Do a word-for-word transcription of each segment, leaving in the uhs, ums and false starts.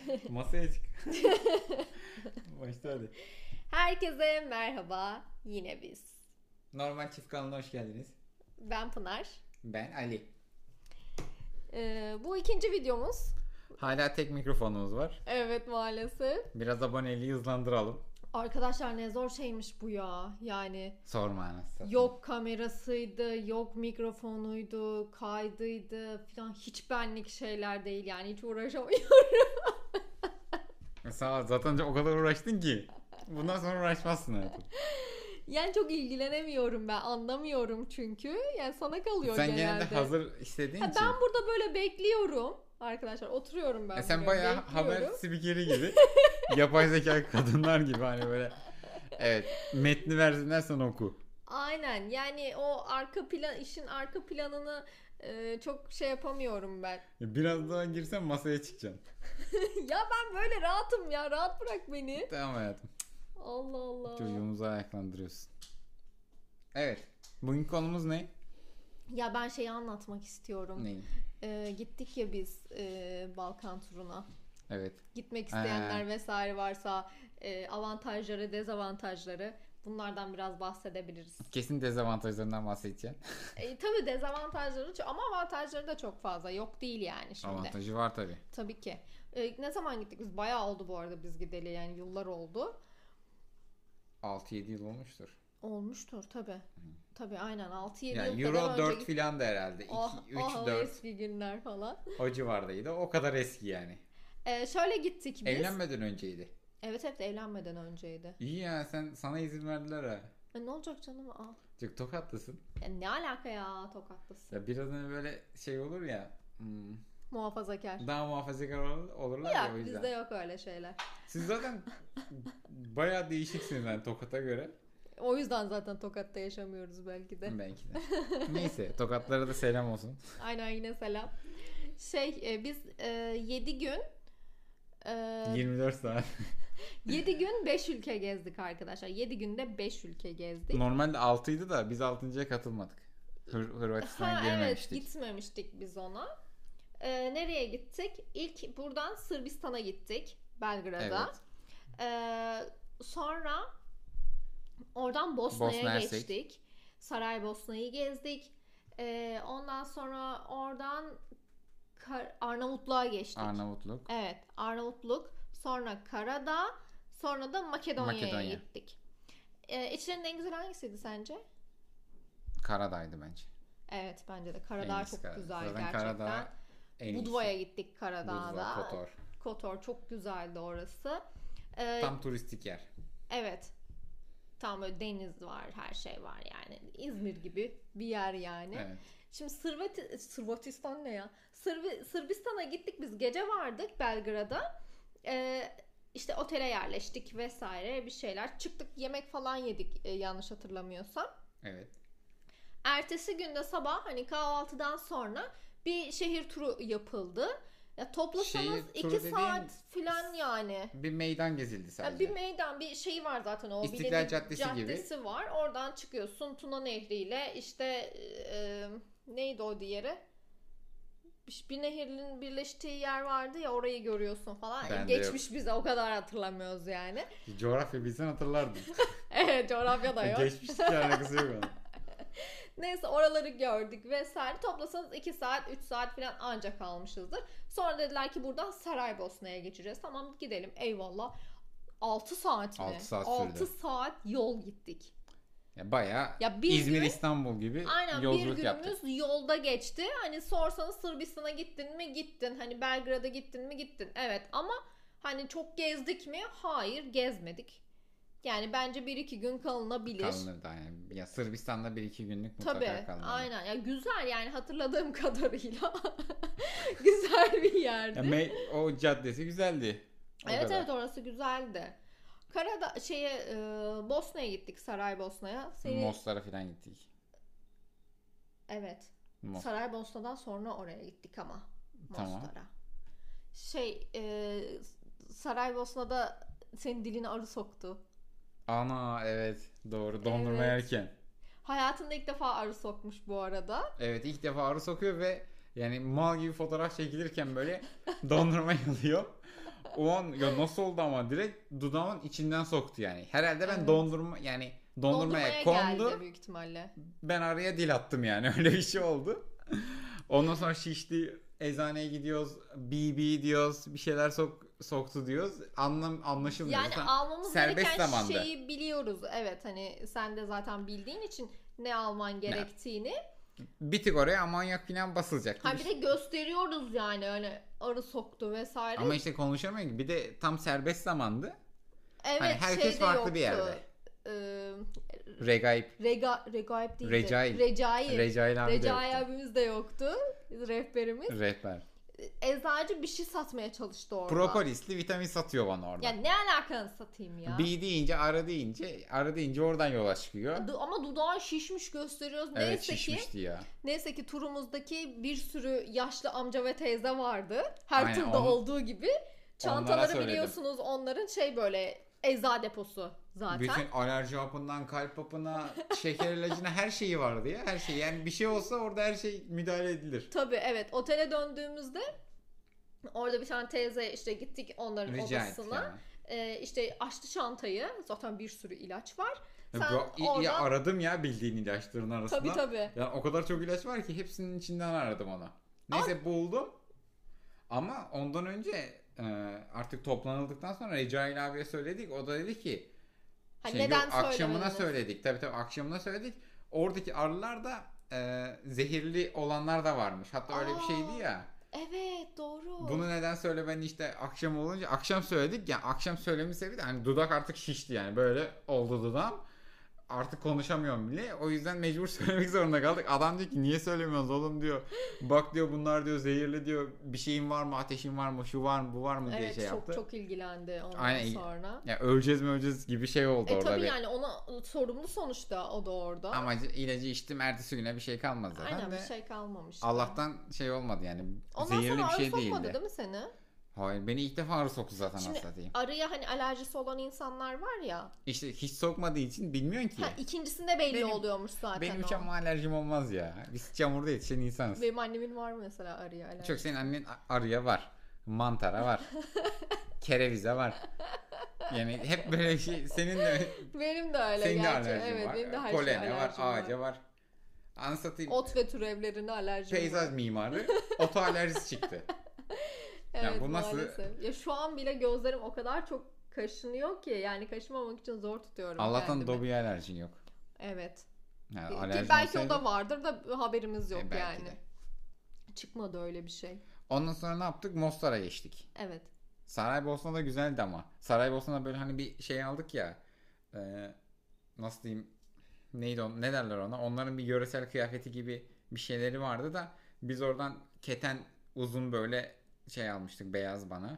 Masaya çık. Başta hadi. Herkese merhaba. Yine biz. Normal Çift kanalına hoş geldiniz. Ben Pınar. Ben Ali. Ee, bu ikinci videomuz. Hala tek mikrofonumuz var. Evet, maalesef. Biraz aboneliği hızlandıralım. Arkadaşlar ne zor şeymiş bu ya. Yani Sorma anasını. yok kamerasıydı, yok mikrofonuydu, kaydıydı falan, hiç benlik şeyler değil yani, hiç uğraşamıyorum. Sağ ol. Zaten o kadar uğraştın ki. Bundan sonra uğraşmazsın hayatım. Yani çok ilgilenemiyorum ben, anlamıyorum çünkü. Yani sana kalıyor Sen genelde. genelde hazır istediğin ha, için. Ben burada böyle bekliyorum. Arkadaşlar oturuyorum ben. E sen buraya, bayağı bekliyorum. haber spikeri gibi. Yapay zeka kadınlar gibi hani böyle. Evet, metni versinler sana oku. Aynen, yani o arka plan, işin arka planını e, çok şey yapamıyorum ben. Biraz daha girsen masaya çıkacaksın. Ya ben böyle rahatım ya, rahat bırak beni. Tamam hayatım. Allah Allah. Çocuğumuzu ayaklandırıyorsun. Evet. Bugün konumuz ne? Ya ben şeyi anlatmak istiyorum. Neyi? E, gittik ya biz e, Balkan turuna. Evet. Gitmek isteyenler Ee. vesaire varsa e, avantajları, dezavantajları, bunlardan biraz bahsedebiliriz. Kesin dezavantajlarından bahsedeceğim. E, tabii dezavantajları çok, ama avantajları da çok fazla. Yok değil yani şimdi. Avantajı var tabii. Tabii ki. E, ne zaman gittik biz? Bayağı oldu bu arada biz gideli, yani yıllar oldu. altı yedi yıl olmuştur. Olmuştur tabii. Tabii aynen altı yedi Yani yıl Euro kadar dört önce filan da herhalde. Oh, iki, üç, oh, dört. eski günler falan. O civardaydı. O kadar eski yani. E, şöyle gittik biz. Evlenmeden önceydi. Evet evet, evlenmeden önceydi. İyi ya, sen sana izin verdiler ha. E, ne olacak canım? Aa. Çok tokatlısın. E, ne alaka ya, tokatlısın. Ya biraz hani böyle şey olur ya. Hmm, Muhafazakar. daha muhafazakar ol- olurlar ya, Ya o yüzden. bizde yok öyle şeyler. Siz zaten bayağı değişiksiniz yani Tokat'a göre. O yüzden zaten Tokat'ta yaşamıyoruz belki de. Belki de. Neyse, Tokatlara da selam olsun. Aynen, yine selam. Şey e, biz e, yedi gün e, yirmi dört saat. yedi gün beş ülke gezdik arkadaşlar. yedi günde beş ülke gezdik. Normalde altıydı da biz altıncıya katılmadık. Hır Hırvatistan'a Ha, girmemiştik. evet, gitmemiştik biz ona. E, nereye gittik? İlk buradan Sırbistan'a gittik. Belgrad'a. Evet. E, sonra oradan Bosna'ya Bosna Hersek. geçtik. Saraybosna'yı gezdik. E, ondan sonra oradan Kar- Arnavutluğa geçtik. Arnavutluk. Evet, Arnavutluk, sonra Karadağ, sonra da Makedonya'ya Makedonya. gittik. Ee, içlerinin en güzel hangisiydi sence? Karadağ'ydı bence. Evet, bence de En Karadağ iyisi çok Karadağ. güzel Zaten gerçekten. Karadağ en iyisi. Budva'ya gittik Karadağ'da. Budva, Kotor. Kotor çok güzeldi orası. Ee, Tam turistik yer. evet. Tam böyle deniz var, her şey var yani. İzmir gibi bir yer yani. Evet. Şimdi Sırvati, Sırvatistan ne ya? Sırbi, Sırbistan'a gittik biz, gece vardık Belgrad'a. Ee, işte otele yerleştik vesaire, bir şeyler. Çıktık, yemek falan yedik e, yanlış hatırlamıyorsam. Evet. Ertesi günde sabah hani kahvaltıdan sonra bir şehir turu yapıldı. Ya toplasanız Şehir iki turu dediğin- saat falan yani. Bir meydan gezildi Ya sadece. bir meydan, bir şey var zaten, o İstiklal bilindik Caddesi gibi. caddesi var. Oradan çıkıyorsun Tuna Nehri'yle, işte e, neydi o diğeri? Bir, bir nehrin birleştiği yer vardı ya, orayı görüyorsun falan. Ben de Geçmiş bize, o kadar hatırlamıyoruz yani. Coğrafya bilsen hatırlardın. Evet, coğrafya da yok. Geçmiştik alakası yok onun. Neyse, oraları gördük vesaire. Toplasanız iki saat üç saat falan ancak kalmışızdır. Sonra dediler ki buradan Saraybosna'ya geçeceğiz. Tamam, gidelim, eyvallah. altı saat mi? altı saat sürdü. altı saat yol gittik. Ya bayağı Ya bir İzmir gün- İstanbul gibi Aynen, bir yolculuk günümüz yaptık. yolda geçti. Hani sorsanız Sırbistan'a gittin mi? Gittin. Hani Belgrad'a gittin mi? Gittin. Evet, ama hani çok gezdik mi? Hayır, gezmedik. Yani bence bir iki gün kalınabilir. Kalınır da yani. Ya Sırbistan'da bir iki günlük mutlaka Tabii, kalınır. aynen. Ya güzel yani, hatırladığım kadarıyla güzel bir yerdi. Ya me- o caddesi güzeldi. O evet kadar. evet, orası güzeldi. Karadağ şeye e, Bosna'ya gittik, Saraybosna'ya. Seni... Mostar'a falan gittik. Evet. Mos- Saraybosna'dan sonra oraya gittik ama. Tamam. Mostar'a. Şey e, Saraybosna'da senin diline arı soktu. Ana evet, doğru, dondurma Evet. yerken. Hayatında ilk defa arı sokmuş bu arada. Evet, ilk defa arı sokuyor ve yani mal gibi fotoğraf çekilirken böyle dondurma yalıyor. O an ya nasıl oldu ama direkt dudağımın içinden soktu yani. Herhalde ben Evet. dondurma yani dondurmaya, Dondurmaya kondu. geldi büyük ihtimalle. Ben araya dil attım yani. Öyle bir şey oldu. Ondan sonra şişti. Eczaneye gidiyoruz. B B diyoruz. Bir şeyler sok, soktu diyoruz. Anlam anlaşılmıyor. Yani Zaten almamız serbest gereken zamanda. şeyi biliyoruz. Evet, hani sen de zaten bildiğin için ne alman gerektiğini. Bir tık oraya amonyak falan basılacak. Ha bir de gösteriyoruz yani hani arı soktu vesaire. Ama işte konuşamıyor ki. Bir de tam serbest zamandı. Evet, hani herkes şeyde farklı yoktu. bir yerde. Ee, Regaip. Rega, Regaip değil Recail. de. Recai. Recail abi de Recai yoktu. abimiz de yoktu. Rehberimiz. Rehber. Eczacı bir şey satmaya çalıştı orada. Propolisli vitamin satıyor bana orada. Ya ne alakanı satayım ya. B deyince arı deyince arı deyince oradan yola çıkıyor. Du- Ama dudağı şişmiş gösteriyoruz. Evet Neyse şişmişti ki ya. neyse ki turumuzdaki bir sürü yaşlı amca ve teyze vardı. Her Aynen, turda on- olduğu gibi. Çantaları söyledim. biliyorsunuz onların şey böyle ecza deposu zaten. Bütün alerji hapından kalp hapına, şeker ilacına her şeyi vardı ya. Her şey. Yani bir şey olsa orada her şey müdahale edilir. Tabii evet. Otele döndüğümüzde orada bir tane teyze işte gittik onların Rica et odasına. yani. Ee, işte açtı çantayı. Zaten bir sürü ilaç var. Sen Ya, bu- ya oradan... aradım ya bildiğin ilaçların arasında. Tabii tabii. Yani o kadar çok ilaç var ki hepsinin içinden aradım onu. Neyse Ama... buldum. Ama ondan önce e, artık toplanıldıktan sonra Recail abiye söyledik. O da dedi ki Ha, şey, neden yok, akşamına söylemediniz? söyledik. Tabii tabii akşamına söyledik. Oradaki arılar da e, zehirli olanlar da varmış. Hatta öyle bir Aa. şeydi ya. Evet doğru. Bunu neden söylemeni işte akşam olunca akşam söyledik ya, akşam söylemin sebebi de hani dudak artık şişti yani böyle oldu dudağım. Artık konuşamıyorum bile. O yüzden mecbur söylemek zorunda kaldık. Adam diyor ki niye söylemiyorsunuz oğlum diyor. Bak diyor bunlar diyor zehirli diyor. Bir şeyin var mı, ateşin var mı, şu var mı, bu var mı diye Evet, şey çok, yaptı. çok ilgilendi ondan Aynen. sonra. Ya öleceğiz mi öleceğiz gibi şey oldu E orada. tabii bir. yani ona sorumlu sonuçta o da orada. Ama ilacı içtim ertesi güne bir şey kalmadı zaten Aynen de. bir şey kalmamıştı. Allah'tan şey olmadı yani. Ondan Zehirli sonra bir şey arı sokmadı değildi. değil mi seni? Hayır, beni ilk defa arı soktu zaten Şimdi satayım. arıya hani alerjisi olan insanlar var ya. İşte hiç sokmadığı için bilmiyorsun ki. Ha, ikincisinde belli Benim- oluyormuş zaten Benim o. hiç ama alerjim olmaz ya. Biz çamurda yetişen insanız. Benim annemin var mı mesela arıya alerjisi? Çok senin annen arıya var. Mantara var. Kerevize var. Yani hep böyle şey senin de Benim de öyle senin de gerçi. alerjin Evet var. benim de her Polene şeye var, alerjim ağaca var. Anlatayım. Ot ve türevlerine alerjim Peyzaj var. mimarı oto alerjisi çıktı. Evet bu nasıl- maalesef. Ya şu an bile gözlerim o kadar çok kaşınıyor ki yani kaşımamak için zor tutuyorum Allah'tan kendimi. Dobby'ye alerjin yok. Evet. Yani Ki alerjin belki o olsaydı- da vardır da haberimiz yok E, belki yani. de. Çıkmadı öyle bir şey. Ondan sonra ne yaptık? Mostar'a geçtik. Evet. Saraybosna da güzeldi ama. Saraybosna'da böyle hani bir şey aldık ya. E, nasıl diyeyim? Neydi o? Ne derler ona? Onların bir yöresel kıyafeti gibi bir şeyleri vardı da biz oradan keten uzun böyle şey almıştık, beyaz bana.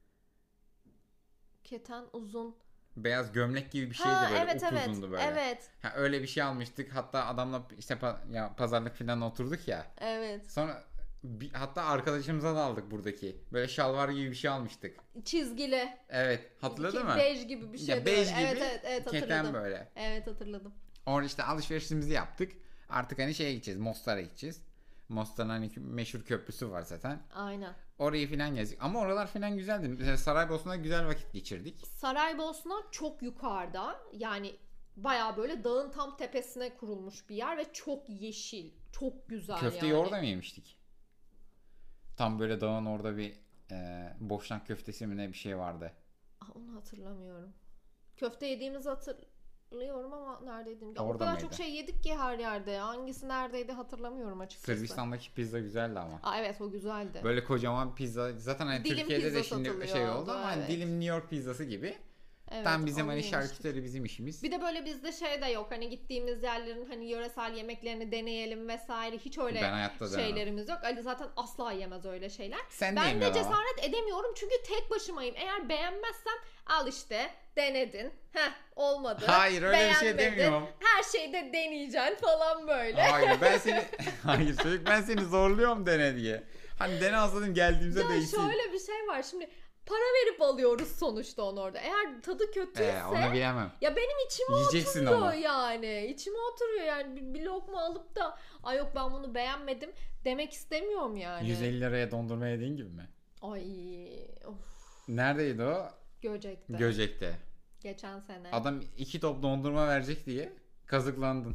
Keten uzun. Beyaz gömlek gibi bir şeydi Ha böyle, evet evet. upuzundu böyle. Evet. Ha, öyle bir şey almıştık. Hatta adamla işte pa- ya pazarlık falan oturduk ya. Evet. Sonra bir, hatta arkadaşımıza da aldık buradaki. Böyle şalvar gibi bir şey almıştık. Çizgili. Evet, hatırladın Ki- mı? Bej gibi bir şey. Ya bej böyle. gibi Evet evet evet keten hatırladım. böyle. Evet hatırladım. Orada işte alışverişimizi yaptık. Artık hani şeye gideceğiz. Mostar'a gideceğiz. Mostar'ın hani meşhur köprüsü var zaten. Aynen. Orayı falan gezdik. Ama oralar falan güzeldi. Mesela Saraybosna'da güzel vakit geçirdik. Saraybosna çok yukarıda. Yani baya böyle dağın tam tepesine kurulmuş bir yer ve çok yeşil. Çok güzel Köfteyi yani. orada mı yemiştik? Tam böyle dağın orada bir e, boşnak köftesi mi ne bir şey vardı. Ah, onu hatırlamıyorum. Köfte yediğimizi hatırlıyorum ama neredeydim? Ya o Orada kadar mıydı? çok şey yedik ki her yerde ya. Hangisi neredeydi hatırlamıyorum açıkçası. Sırbistan'daki pizza güzeldi ama. Aa, evet o güzeldi. Böyle kocaman pizza. Zaten hani Dilim Türkiye'de de pizza şimdi satılıyor şey oldu oldu, ama hani evet. dilim New York pizzası gibi. Evet, Tam bizim onu hani yemiştik. şarküteri bizim işimiz. Bir de böyle bizde şey de yok. Hani gittiğimiz yerlerin hani yöresel yemeklerini deneyelim vesaire. Hiç öyle Ben hayatta denemem. şeylerimiz yok. Ali zaten asla yemez öyle şeyler. Sen de Ben de yemiyorsun ama. cesaret edemiyorum çünkü tek başımayım. Eğer beğenmezsem al işte denedin. Heh olmadı. Hayır öyle bir şey Beğenmedin. demiyorum. Her şeyde deneyeceksin falan böyle. Hayır ben seni hayır çocuk ben seni zorluyorum dene diye. Hani dene asladım geldiğimize Ya değsin. şöyle bir şey var şimdi. Para verip alıyoruz sonuçta onu orada. Eğer tadı kötüyse Ee, onu bilemem. ya benim içime Yiyeceksin oturuyor ama. yani. İçime oturuyor yani bir, bir lokma alıp da ay yok ben bunu beğenmedim demek istemiyorum yani. yüz elli liraya dondurma yediğin gibi mi? Ay of. Neredeydi o? Göcek'te. Göcek'te. Geçen sene. Adam iki top dondurma verecek diye kazıklandın.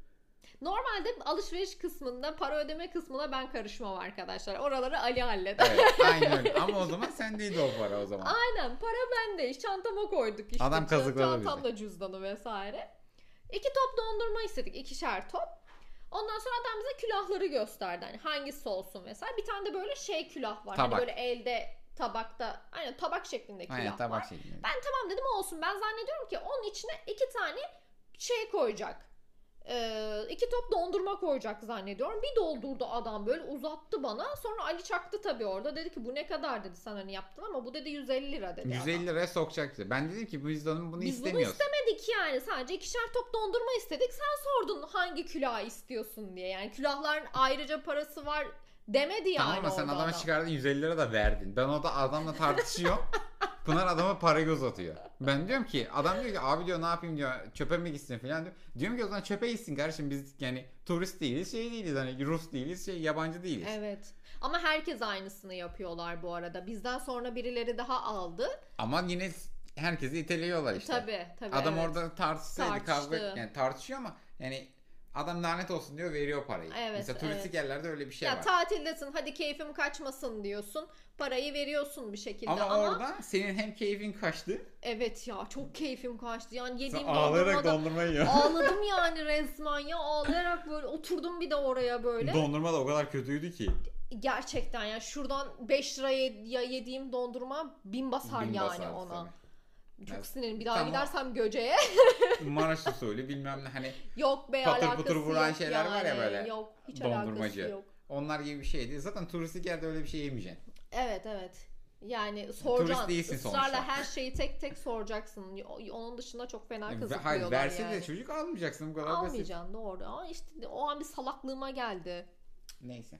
Normalde alışveriş kısmında, para ödeme kısmına ben karışmam arkadaşlar. Oraları Ali halleder. Evet, aynen öyle. Ama o zaman sendeydi o para o zaman. Aynen, para bende. Çantama koyduk işte. Adam kazıkladı bizi. Çantamda cüzdanı vesaire. İki top dondurma istedik. İkişer top. Ondan sonra adam bize külahları gösterdi. Hani hangisi olsun vesaire. Bir tane de böyle şey külah var. Tabak. Hani böyle elde tabakta, aynen tabak şeklinde külah Aynen, tabak var. şeklinde. Ben tamam dedim, olsun. Ben zannediyorum ki onun içine iki tane şey koyacak. Ee, iki top dondurma koyacak zannediyorum. Bir doldurdu adam, böyle uzattı bana. Sonra Ali çaktı tabii orada. Dedi ki bu ne kadar dedi, sen hani yaptın ama bu dedi yüz elli lira dedi yüz elli adam. liraya sokacaktı. Ben dedim ki bu yüzdanın bunu Biz istemiyoruz. bunu istemedik yani. Sadece ikişer top dondurma istedik. Sen sordun hangi külahı istiyorsun diye. Yani külahların ayrıca parası var demedi yani. Tamam ama sen orada adama adam. çıkardın yüz elli lira da verdin. Ben orada adamla tartışıyorum. Pınar adama parayı uzatıyor. Ben diyorum ki, adam diyor ki abi diyor ne yapayım diyor, çöpe mi gitsin falan diyor. Diyorum ki o zaman çöpe gitsin kardeşim, biz yani turist değiliz, şey değiliz, hani Rus değiliz, şey yabancı değiliz. Evet. Ama herkes aynısını yapıyorlar bu arada. Bizden sonra birileri daha aldı. Ama yine herkesi iteliyorlar işte. Tabii tabii. Adam evet. orada tartışsaydı, kavga Tartıştı. yani tartışıyor ama yani adam lanet olsun diyor, veriyor parayı. Evet, Mesela turistik evet. yerlerde öyle bir şey ya var. tatildesin, hadi keyfim kaçmasın diyorsun. Parayı veriyorsun bir şekilde ama, ama, orada senin hem keyfin kaçtı. evet ya, çok keyfim kaçtı. Yani Sen yediğim ağlayarak dondurmada dondurma yiyor. ağladım yani resmen ya. Ağlayarak böyle oturdum bir de oraya böyle. Dondurma da o kadar kötüydü ki. Gerçekten ya, şuradan beş liraya yediğim dondurma bin basar Bin yani basardı ona. tabii. Çok Evet. sinirlim. Bir daha Tamam. gidersem Göce'ye. Maraş usulü bilmem ne, hani Yok be, patır alakası putur vuran yok şeyler var ya yani. böyle, Yok, hiç dondurmacı. alakası yok. onlar gibi bir şeydi. Zaten turistik yerde öyle bir şey yemeyeceksin. Evet evet. Yani soracaksın. değilsin Israrla sonuçta. her şeyi tek tek soracaksın. Onun dışında çok fena Ve- kazıklıyorlar Hayır, verse yani. de çocuk almayacaksın, bu kadar basit. Almayacaksın, doğru. Ama işte o an bir salaklığıma geldi. Neyse.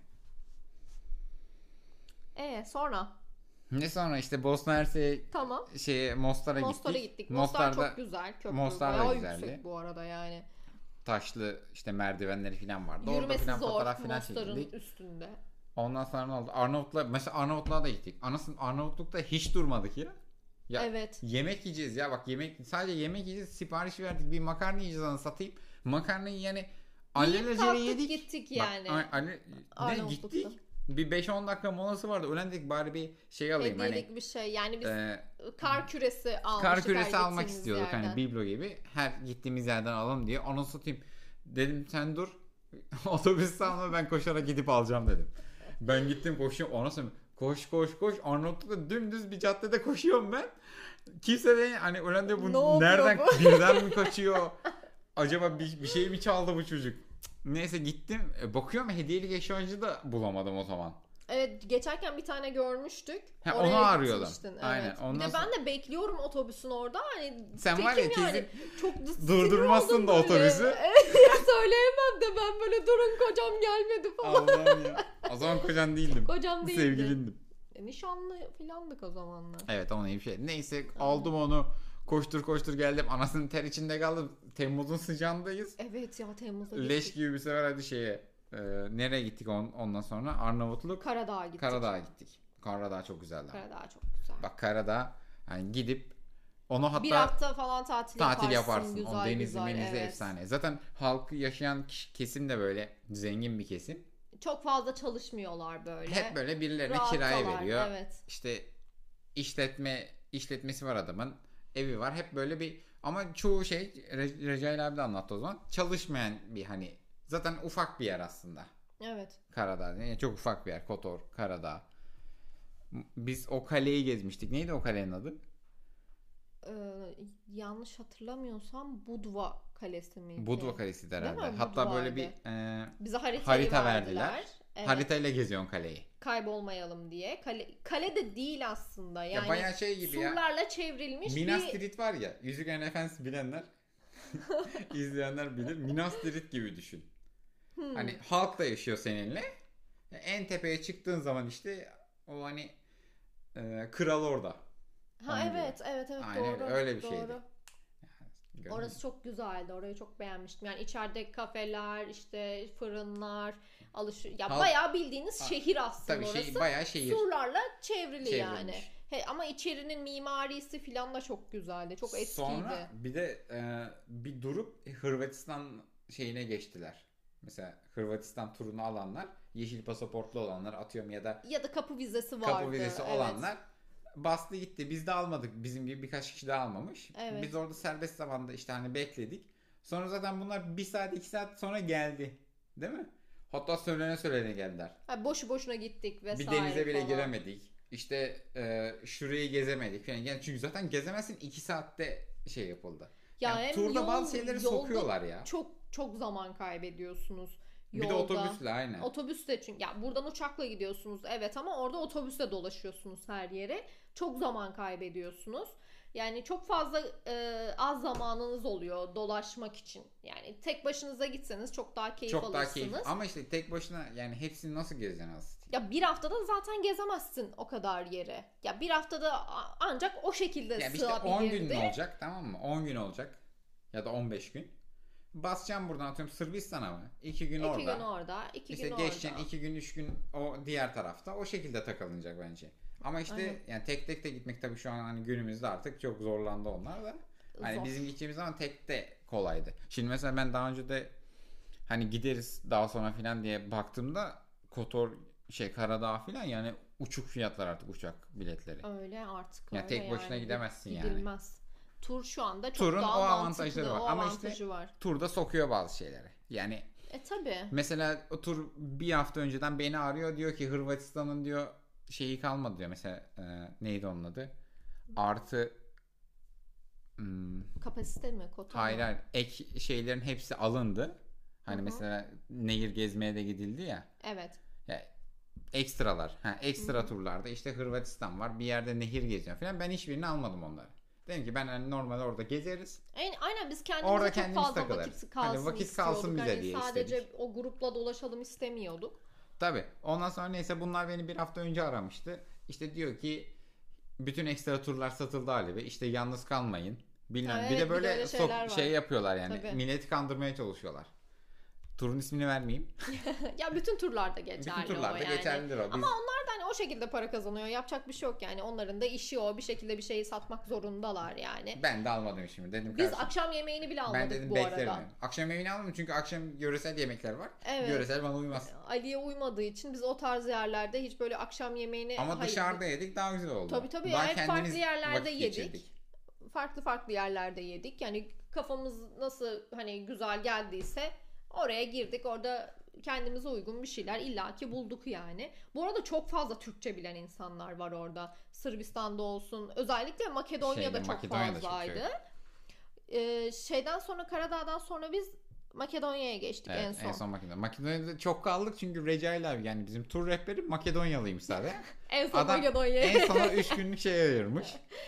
E sonra? Ne sonra işte Bosna Hersek Tamam. şeye Mostar'a gittik. Mostar'a gittik. Mostar Mostar'da çok güzel. Köprü Mostar da bayağı güzeldi. yüksek bu arada yani. taşlı işte merdivenleri falan vardı. Orada Yürümesi falan zor fotoğraf falan Mostar'ın çekildik. üstünde. Ondan sonra ne oldu? Arnavutluğa, mesela Arnavutluğa da gittik. Anasının Arnavutluk'ta hiç durmadık ya. Ya Evet. yemek yiyeceğiz ya, bak yemek, sadece yemek yiyeceğiz, sipariş verdik, bir makarna yiyeceğiz, anı satayım. Makarnayı yani Yiyip alelacele kalktık yedik. gittik Bak, yani. a- ale- ne Arnavutluk'ta. gittik. Bir beş on dakika molası vardı. Ölen dedik bari bir şey alayım Hediyelik hani. bir şey. Yani biz E, kar küresi almıştık. kar küresi her almak gittiğimiz istiyorduk yerden. hani, biblo gibi. Her gittiğimiz yerden alalım diye. Onu satayım. Dedim sen dur. Otobüs alma, ben koşarak gidip alacağım dedim. Ben gittim, koşuyorum. Ona sonra koş koş koş. Arnavutluk'ta dümdüz bir caddede koşuyorum ben. Kimse de hani ölen de bu Ne oluyor nereden bu? birden mi kaçıyor? Acaba bir, bir şey mi çaldı bu çocuk? Neyse gittim. E, bakıyorum hediyelik eşyacı da bulamadım o zaman. Evet, geçerken bir tane görmüştük. Ha, Oraya onu arıyordum. gitmiştin, Aynen. Evet. Bir Ondan de ben de bekliyorum otobüsün orada. Hani Sen var ya, tekim yani. kesin Çok da sinir durdurmazsın oldum da böyle. otobüsü. Evet, söyleyemem de ben böyle, durun kocam gelmedi falan. Allah'ım ya. O zaman kocan değildim. Kocam değildi. Sevgilindim. E, nişanlı filandık o zamanlar. Evet, ona iyi bir şey. Neyse aldım onu. Koştur koştur geldim. Anasının ter içinde kaldım. Temmuz'un sıcağındayız. Evet ya, Temmuz'da Leş gittik. gibi bir sefer hadi şeye. E, nereye gittik on, ondan sonra? Arnavutluk. Karadağ'a gittik. Karadağ'a gittik. Karadağ çok güzeldi. Karadağ çok güzel. Bak Karadağ, hani gidip onu hatta bir hafta falan tatil, tatil yaparsın. yaparsın. Güzel, o denizi güzel, menizi evet. efsane. Zaten halkı yaşayan kişi- kesim de böyle zengin bir kesim. Çok fazla çalışmıyorlar böyle. Hep böyle birilerine Rahattalar, kiraya veriyor. Evet. İşte işletme işletmesi var adamın. Evi var. Hep böyle bir, ama çoğu şey Re- Recai abi de anlattı o zaman. Çalışmayan bir, hani zaten ufak bir yer aslında. Evet. Karadağ. Yani çok ufak bir yer. Kotor, Karadağ. Biz o kaleyi gezmiştik. Neydi o kalenin adı? Ee, yanlış hatırlamıyorsam Budva Kalesi miydi? Budva Kalesi'ydi Değil herhalde. mi? Hatta Budva'ydı. böyle bir e, Bize haritayı harita verdiler. verdiler. Evet. haritayla geziyorsun kaleyi. Kaybolmayalım diye. Kale, kale de değil aslında. Yani ya bayağı şey gibi ya. surlarla çevrilmiş Minas bir... Tirith var ya. Yüzüklerin Efendisi bilenler izleyenler bilir. Minas Tirith gibi düşün. Hmm. Hani halk da yaşıyor seninle. En tepeye çıktığın zaman işte o hani e, kral orada. Ha Onun gibi. evet evet evet Aynen doğru. öyle bir doğru. şeydi. Gördün Orası mü? çok güzeldi. Orayı çok beğenmiştim. Yani içeride kafeler, işte fırınlar, alış ya Halk- bayağı bildiğiniz Ha, şehir aslında Tabii orası. şey bayağı şehir. Surlarla çevrili yani. Çevrilmiş. He, ama içerinin mimarisi falan da çok güzeldi. Çok eskiydi. Sonra bir de e, bir durup Hırvatistan şeyine geçtiler. Mesela Hırvatistan turunu alanlar, yeşil pasaportlu olanlar atıyorum ya da Ya da kapı vizesi vardı. kapı vizesi evet. olanlar bastı gitti. Biz de almadık. Bizim gibi birkaç kişi daha almamış. Evet. Biz orada serbest zamanda işte hani bekledik. Sonra zaten bunlar bir saat iki saat sonra geldi. Değil mi? Hatta söylene söylene geldiler. Ha, boşu boşuna gittik vesaire Bir denize bile falan. giremedik. İşte e, şurayı gezemedik falan. Yani çünkü zaten gezemezsin, iki saatte şey yapıldı. Ya Yani hem turda yol- bazı şeyleri yolda sokuyorlar ya. Çok çok zaman kaybediyorsunuz. Bir de Yolda. otobüsle aynen. Otobüsle çünkü ya buradan uçakla gidiyorsunuz evet ama orada otobüsle dolaşıyorsunuz her yere. Çok zaman kaybediyorsunuz. Yani çok fazla e, az zamanınız oluyor dolaşmak için. Yani tek başınıza gitseniz çok daha keyif Çok alırsınız. daha keyifli. Ama işte tek başına yani hepsini nasıl gezeceksin aslında? Ya bir haftada zaten gezemezsin o kadar yere. Ya bir haftada a- ancak o şekilde Yani işte on sığabilirdi. gün olacak, tamam mı? on gün olacak. Ya da on beş gün. Basacağım buradan atıyorum Sırbistan'a mı? iki gün İki orada. gün orada, iki İşte gün geçeceksin orada. iki gün üç gün o diğer tarafta. O şekilde takılınacak bence. Ama işte Aynen. yani tek tek de gitmek tabii şu an hani günümüzde artık çok zorlandı onlar da. Hani Zor. bizim gideceğimiz zaman tek de kolaydı. Şimdi mesela ben daha önce de hani gideriz daha sonra filan diye baktığımda Kotor şey Karadağ filan yani uçuk fiyatlar artık uçak biletleri. Öyle artık Yani öyle tek başına yani. gidemezsin yani. Gidilmez. Tur şu anda çok Turun daha o mantıklı, avantajları var. o Ama avantajı işte var. turda sokuyor bazı şeyleri. Yani E tabi. mesela o tur bir hafta önceden beni arıyor diyor ki Hırvatistan'ın diyor şeyi kalmadı diyor. Mesela e, neydi onun adı? Artı hmm, Kapasite mi? Kota hayır mı? hayır ek şeylerin hepsi alındı. Hani Hı hı. mesela nehir gezmeye de gidildi ya. Evet. Ya ekstralar. Ha, ekstra Hı hı. turlarda işte Hırvatistan var. Bir yerde nehir geziyor falan. Ben hiçbirini almadım onları. Dedim ki ben hani normal orada gezeriz. En, aynen biz kendimize Orada çok kendimiz fazla takılırız. vakit kalsın Hani vakit istiyorduk. kalsın bize Hani diye sadece istedik. o grupla dolaşalım istemiyorduk. Tabii. Ondan sonra neyse bunlar beni bir hafta önce aramıştı. İşte diyor ki bütün ekstra turlar satıldı Ali Bey. İşte yalnız kalmayın. Bilmem. Evet, bir bir de de böyle öyle sok- şeyler var. şey yapıyorlar yani. Tabii. Milleti kandırmaya çalışıyorlar. Turun ismini vermeyeyim. Ya bütün turlarda geçerli Bütün turlarda o yani. geçerlidir o. Biz... Ama onlar da hani o şekilde para kazanıyor. Yapacak bir şey yok yani. Onların da işi o. Bir şekilde bir şeyi satmak zorundalar yani. Ben de almadım şimdi. Dedim Biz kardeşim, akşam yemeğini bile almadık ben dedim bu beklerim. arada. Yani. Akşam yemeğini almadım çünkü akşam yöresel yemekler var. Evet. Yöresel bana uymaz. Ali'ye uymadığı için biz o tarz yerlerde hiç böyle akşam yemeğini... Ama hayır, dışarıda yedik daha güzel oldu. Tabii tabii. Daha Hep kendimiz farklı yerlerde vakit yedik. geçirdik. Farklı farklı yerlerde yedik. Yani kafamız nasıl hani güzel geldiyse oraya girdik. Orada kendimize uygun bir şeyler illaki bulduk yani. Bu arada çok fazla Türkçe bilen insanlar var orada. Sırbistan'da olsun. Özellikle Makedonya'da Şeyde, çok Makedonya'da çok fazlaydı. şey. Ee, şeyden sonra Karadağ'dan sonra biz Makedonya'ya geçtik Evet, en son. en son Makedonya. Makedonya'da çok kaldık çünkü Recai abi yani bizim tur rehberi Makedonyalıymış zaten. En son Adam Makedonya'ya. en sona üç günlük şey ayırmış.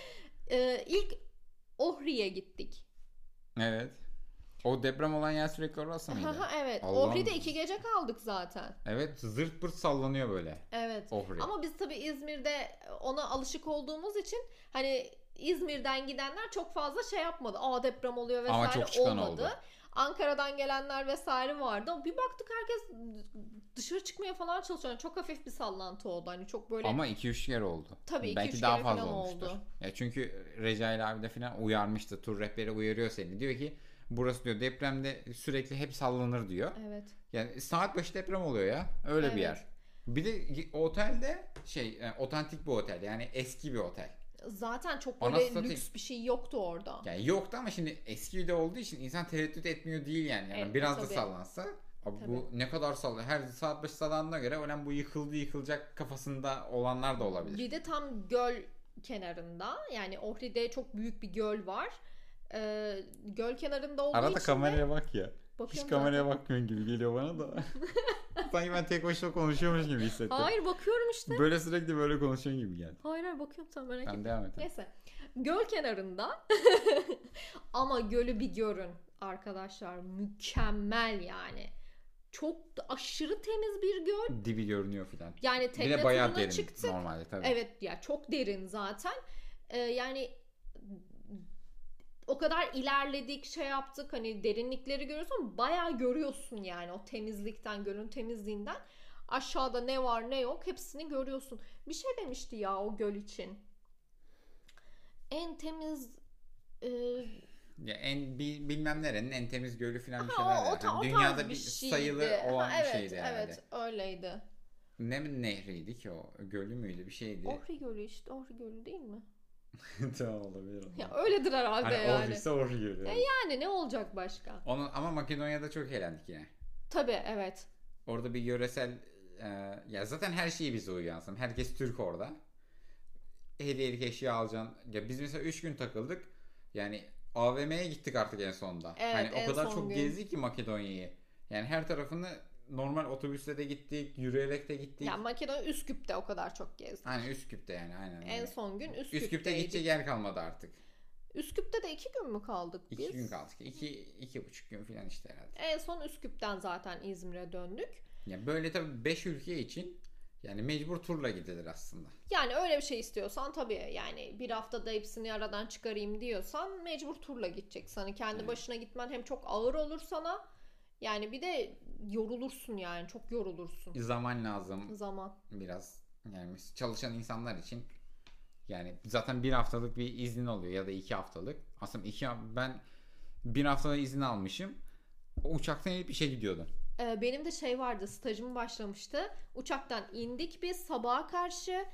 Ee, ilk Ohri'ye gittik. Evet. O deprem olan yer sürekli orası mıydı? Haha, evet. Allah'ım. Ohri'de iki gece kaldık zaten. Evet, zırt pırt sallanıyor böyle. Evet. Ohri. Ama biz tabii İzmir'de ona alışık olduğumuz için hani İzmir'den gidenler çok fazla şey yapmadı. Aa deprem oluyor vesaire Ama çok çıkan olmadı. oldu. Ankara'dan gelenler vesaire vardı. Bir baktık herkes dışarı çıkmaya falan çalışıyor. Çok hafif bir sallantı oldu. Hani çok böyle Ama iki üç kere oldu. Tabii iki Belki üç daha kere fazla falan olmuştur. oldu. Ya çünkü Recai abi de falan uyarmıştı. Tur rehberi uyarıyor seni. Diyor ki burası diyor depremde sürekli hep sallanır diyor. Evet. Yani saat başı deprem oluyor ya. Öyle Evet. bir yer. Bir de otelde şey e, otantik bir otel. Yani eski bir otel. Zaten çok Anasını böyle satayım. lüks bir şey yoktu orada. Yani yoktu ama şimdi eski bir de olduğu için insan tereddüt etmiyor değil yani. Yani Evet, biraz tabii. da sallansa. Abi Tabii. bu ne kadar sallanıyor. Her saat başı sallandığına göre ölen bu yıkıldı yıkılacak kafasında olanlar da olabilir. Bir de tam göl kenarında. Yani Ohri'de çok büyük bir göl var. Ee, göl kenarında olduğu Arada için de kameraya bak ya. Hiç bakıyorum kameraya zaten. bakmıyorsun gibi geliyor bana da. Sanki ben tek başıma konuşuyormuş gibi hissettim. Hayır bakıyorum işte. Böyle sürekli böyle konuşuyorsun gibi geldi. Hayır hayır bakıyorum sen merak etme. Tamam devam et. Neyse. Göl kenarında ama gölü bir görün arkadaşlar. Mükemmel yani. Çok da aşırı temiz bir göl. Dibi görünüyor filan. Yani Bir tekne de bayağı turuna derin çıktık. normalde tabii. Evet ya çok derin zaten. Ee, yani o kadar ilerledik, şey yaptık, hani derinlikleri görüyorsun, bayağı görüyorsun yani o temizlikten, gölün temizliğinden. Aşağıda ne var ne yok hepsini görüyorsun. Bir şey demişti ya o göl için. En temiz e, Ya en bi- bilmem nerenin en temiz gölü falan bir ha, şeyler. o, o, Yani. ta- o tarz Dünyada bir bir şeydi. sayılı olan Ha, bir evet, şeydi herhalde. evet öyleydi. Ne mi nehriydi ki o? Gölü müydü? Bir şeydi. Ohri Gölü işte, Ohri Gölü değil mi? Tamam, olabilir. Ya öyledir herhalde Hani yani. Ohri ise Ohri Gölü. E yani ne olacak başka? Onun, ama Makedonya'da çok eğlendik yine. Tabii, evet. Orada bir yöresel e, ya zaten her şeyi bize uyuyor aslında. Herkes Türk orada. Hediyelik eşya alacaksın. Ya biz mesela üç gün takıldık. Yani A V M'ye gittik artık en sonunda. Evet, hani en o kadar son çok gün. gezdik ki Makedonya'yı. Yani her tarafını normal otobüsle de gittik, yürüyerek de gittik. Ya Makedonya Üsküp'te o kadar çok gezdik. Hani Üsküp'te yani aynen. En öyle. son gün Üsküp'teydik. Üsküp'te gidecek yer kalmadı artık. Üsküp'te de iki gün mü kaldık biz? İki gün kaldık. İki, iki buçuk gün falan işte herhalde. En son Üsküp'ten zaten İzmir'e döndük. Ya böyle tabii beş ülke için yani mecbur turla gidilir aslında. Yani öyle bir şey istiyorsan tabii, yani bir haftada hepsini aradan çıkarayım diyorsan mecbur turla gideceksin. Hani kendi Evet. başına gitmen hem çok ağır olur sana, yani bir de yorulursun, yani çok yorulursun. Zaman lazım Zaman. biraz. Yani çalışan insanlar için yani zaten bir haftalık bir izin oluyor ya da iki haftalık. Aslında iki ben bir haftada izin almışım. O uçaktan inip işe gidiyordum. Ee, benim de şey vardı, stajım başlamıştı. Uçaktan indik biz sabaha karşı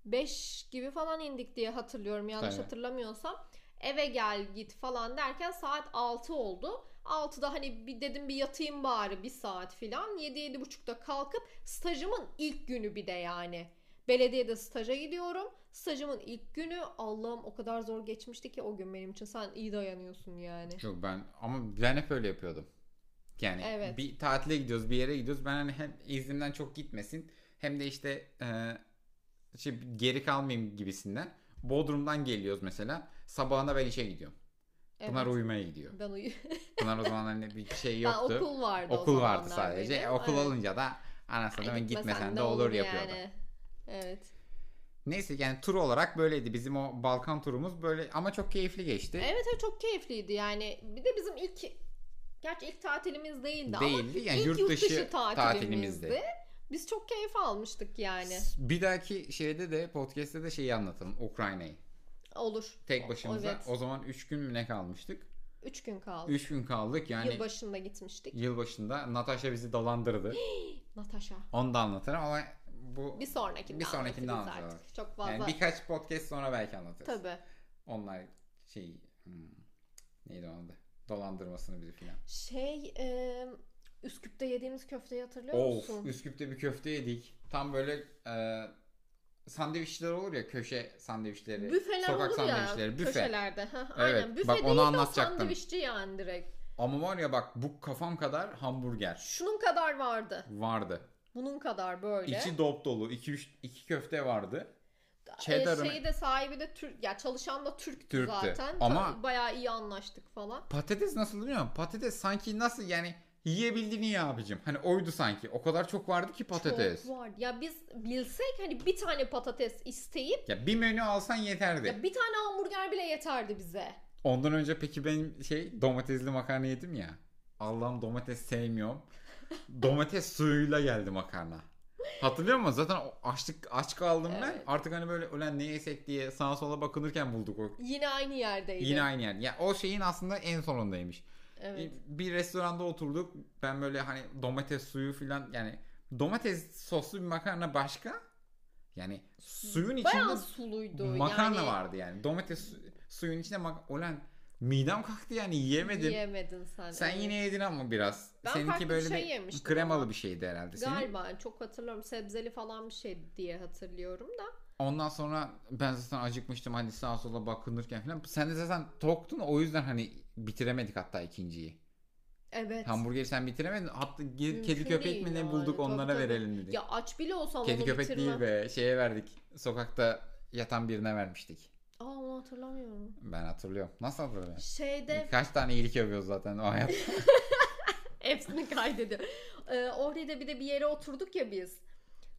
beş gibi falan indik diye hatırlıyorum, yanlış Tabii. hatırlamıyorsam. Eve gel git falan derken saat altı oldu. altıda hani bir dedim bir yatayım bari bir saat falan. yedi yedi buçukta kalkıp stajımın ilk günü bir de yani. Belediyede staja gidiyorum. Stajımın ilk günü, Allah'ım o kadar zor geçmişti ki o gün benim için. Sen iyi dayanıyorsun yani. Yok ben ama ben hep öyle yapıyordum. Yani Evet. bir tatile gidiyoruz, bir yere gidiyoruz. Ben hani hem iznimden çok gitmesin hem de işte e, şey, geri kalmayayım gibisinden. Bodrum'dan geliyoruz mesela. Sabahına ben işe gidiyorum. Pınar Evet. uyumaya gidiyor. Ben uyu. Pınar o zaman hani bir şey Ben yoktu. okul vardı o Okul vardı zamanlar sadece. benim. E, okul Evet. olunca da anasını Ay, ben gitmesen gitmesen de de olur olur yapıyordu. yani. Evet. Neyse yani tur olarak böyleydi. Bizim o Balkan turumuz böyle ama çok keyifli geçti. Evet, evet çok keyifliydi yani. Bir de bizim ilk, gerçi ilk tatilimiz değildi, Değildi. ama Yani ilk yurt yurt dışı dışı tatilimizdi. tatilimizdi. Biz çok keyif almıştık yani. Bir dahaki şeyde de podcast'te de şeyi anlatalım. Ukrayna'yı. Olur. Tek başımıza. Evet. O zaman üç gün mü ne kalmıştık? Üç gün kaldı. üç gün kaldık. Yani Yılbaşında gitmiştik. yılbaşında Natasha bizi dolandırdı. Natasha. Onu da anlatırım ama bu Bir sonrakinde bir sonrakinde anlatırız anlatacağız. artık. Çok fazla. Yani birkaç podcast sonra belki anlatırız. Tabii. Onlar şey hmm, neydi o adı? Dolandırmasını bizi filan. Şey e, Üsküp'te yediğimiz köfteyi hatırlıyor Of, musun? Üsküp'te bir köfte yedik. Tam böyle e, sandviçler olur ya, köşe sandviçleri. Büfeler sokak olur ya sandviçleri, büfe. köşelerde. Heh, Evet, aynen. Büfe bak değil onu de o anlatacaktım. sandviççi yani direkt. Ama var ya bak, bu kafam kadar hamburger Şunun kadar vardı. vardı. Bunun kadar böyle. İçi dop dolu. iki üç iki köfte vardı. E, Cheddar'ın şeyi de sahibi de Türk, ya çalışan da Türktü, Türktü. zaten. Ama- Ama bayağı iyi anlaştık falan. patates nasıl biliyor musun? Patates sanki nasıl yani, yiyebildiğini ya abicim. Hani oydu sanki. O kadar çok vardı ki patates. Çok vardı. Ya biz bilsek hani bir tane patates isteyip Ya bir menü alsan yeterdi. ya bir tane hamburger bile yeterdi bize. Ondan önce peki benim şey domatesli makarna yedim ya. Allah'ım domates sevmiyorum. Domates suyuyla geldi makarna. Hatırlıyor musun? Zaten o açlık aç kaldım ben. Evet. Artık hani böyle ulan ne yesek diye sağa sola bakınırken bulduk o. Yine aynı yerdeydi. Yine aynı yer. Ya o şeyin aslında en sonundaymış. Evet. Bir restoranda oturduk. Ben böyle hani domates suyu filan, yani domates soslu bir makarna başka. Yani suyun içinde Bayağı suluydu. makarna yani, vardı yani. Domates su- suyun içinde mak ulan midem kalktı yani, yiyemedim. Yiyemedin sen. Sen evet. yine yedin ama biraz. Ben Seninki farklı bir böyle şey bir yemiştim kremalı ama. bir şeydi herhalde senin. Galiba çok hatırlıyorum. Sebzeli falan bir şey diye hatırlıyorum da. Ondan sonra ben zaten acıkmıştım hani sağa sola bakınırken falan. Sen de zaten toktun, o yüzden hani bitiremedik hatta ikinciyi. Evet. Hamburgeri sen bitiremedin. Hatta ge- Mümkün kedi köpek değil mi ne yani. bulduk, Tabii, onlara tabii. verelim dedik. Ya aç bile olsam Kedi onu köpek bitirmem. değil be, şeye verdik. Sokakta yatan birine vermiştik. Aa, onu hatırlamıyorum. Ben hatırlıyorum. Nasıl hatırlıyorum? Şeyde Kaç tane iyilik yapıyoruz zaten o hayat. hepsini kaydediyor. Ee, orada bir de bir yere oturduk ya biz.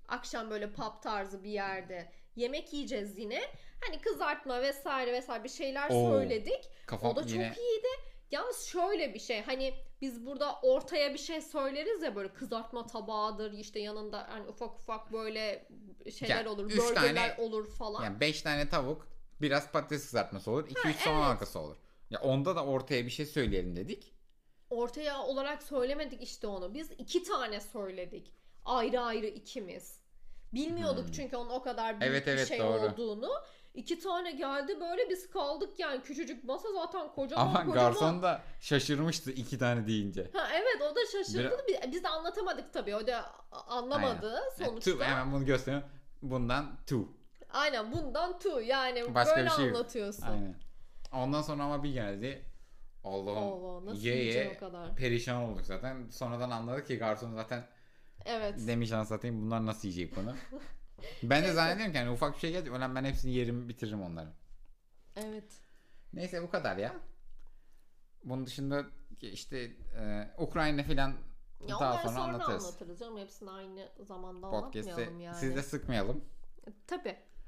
Akşam böyle pub tarzı bir yerde yemek yiyeceğiz yine. Hani kızartma vesaire vesaire bir şeyler Oo, söyledik. Kafam O da yine... çok iyiydi. Yalnız şöyle bir şey, hani biz burada ortaya bir şey söyleriz ya, böyle kızartma tabağıdır işte, yanında hani ufak ufak böyle şeyler Ya, olur, üç burgerler tane- olur falan. Yani beş tane tavuk, biraz patates kızartması olur. iki üç soğan evet. halkası olur. Ya onda da ortaya bir şey söyleyelim dedik. Ortaya olarak söylemedik işte onu. Biz iki tane söyledik. Ayrı ayrı ikimiz. Bilmiyorduk Hmm. çünkü onun o kadar büyük Evet, bir evet, şey doğru. olduğunu. İki tane geldi böyle, biz kaldık yani, küçücük masa zaten kocaman Ama kocaman. garson da şaşırmıştı iki tane deyince. Ha, evet, o da şaşırdı. Bir- Biz, biz de anlatamadık tabii. O da anlamadı Yani sonuçta. two, hemen bunu gösteriyorum. Bundan two. Aynen, bundan two yani, Başka böyle bir şey yok. anlatıyorsun. Aynen. Ondan sonra ama bir geldi. Allah'ım, Allah, nasıl ye yiyeceksin ye o kadar? perişan olduk zaten. Sonradan anladık ki garson zaten Evet. demiş, anlatayım bunlar nasıl yiyecek bunu. Ben de Neyse. zannediyorum ki hani ufak bir şey geldi. Ölen ben hepsini yerim, bitiririm onları. Evet. Neyse bu kadar ya. Bunun dışında işte e, Ukrayna filan Ya daha onları sonra, sonra anlatırız. anlatırız canım. Hepsini aynı zamanda Podcast'te anlatmayalım yani. sizi de sıkmayalım. Tabii.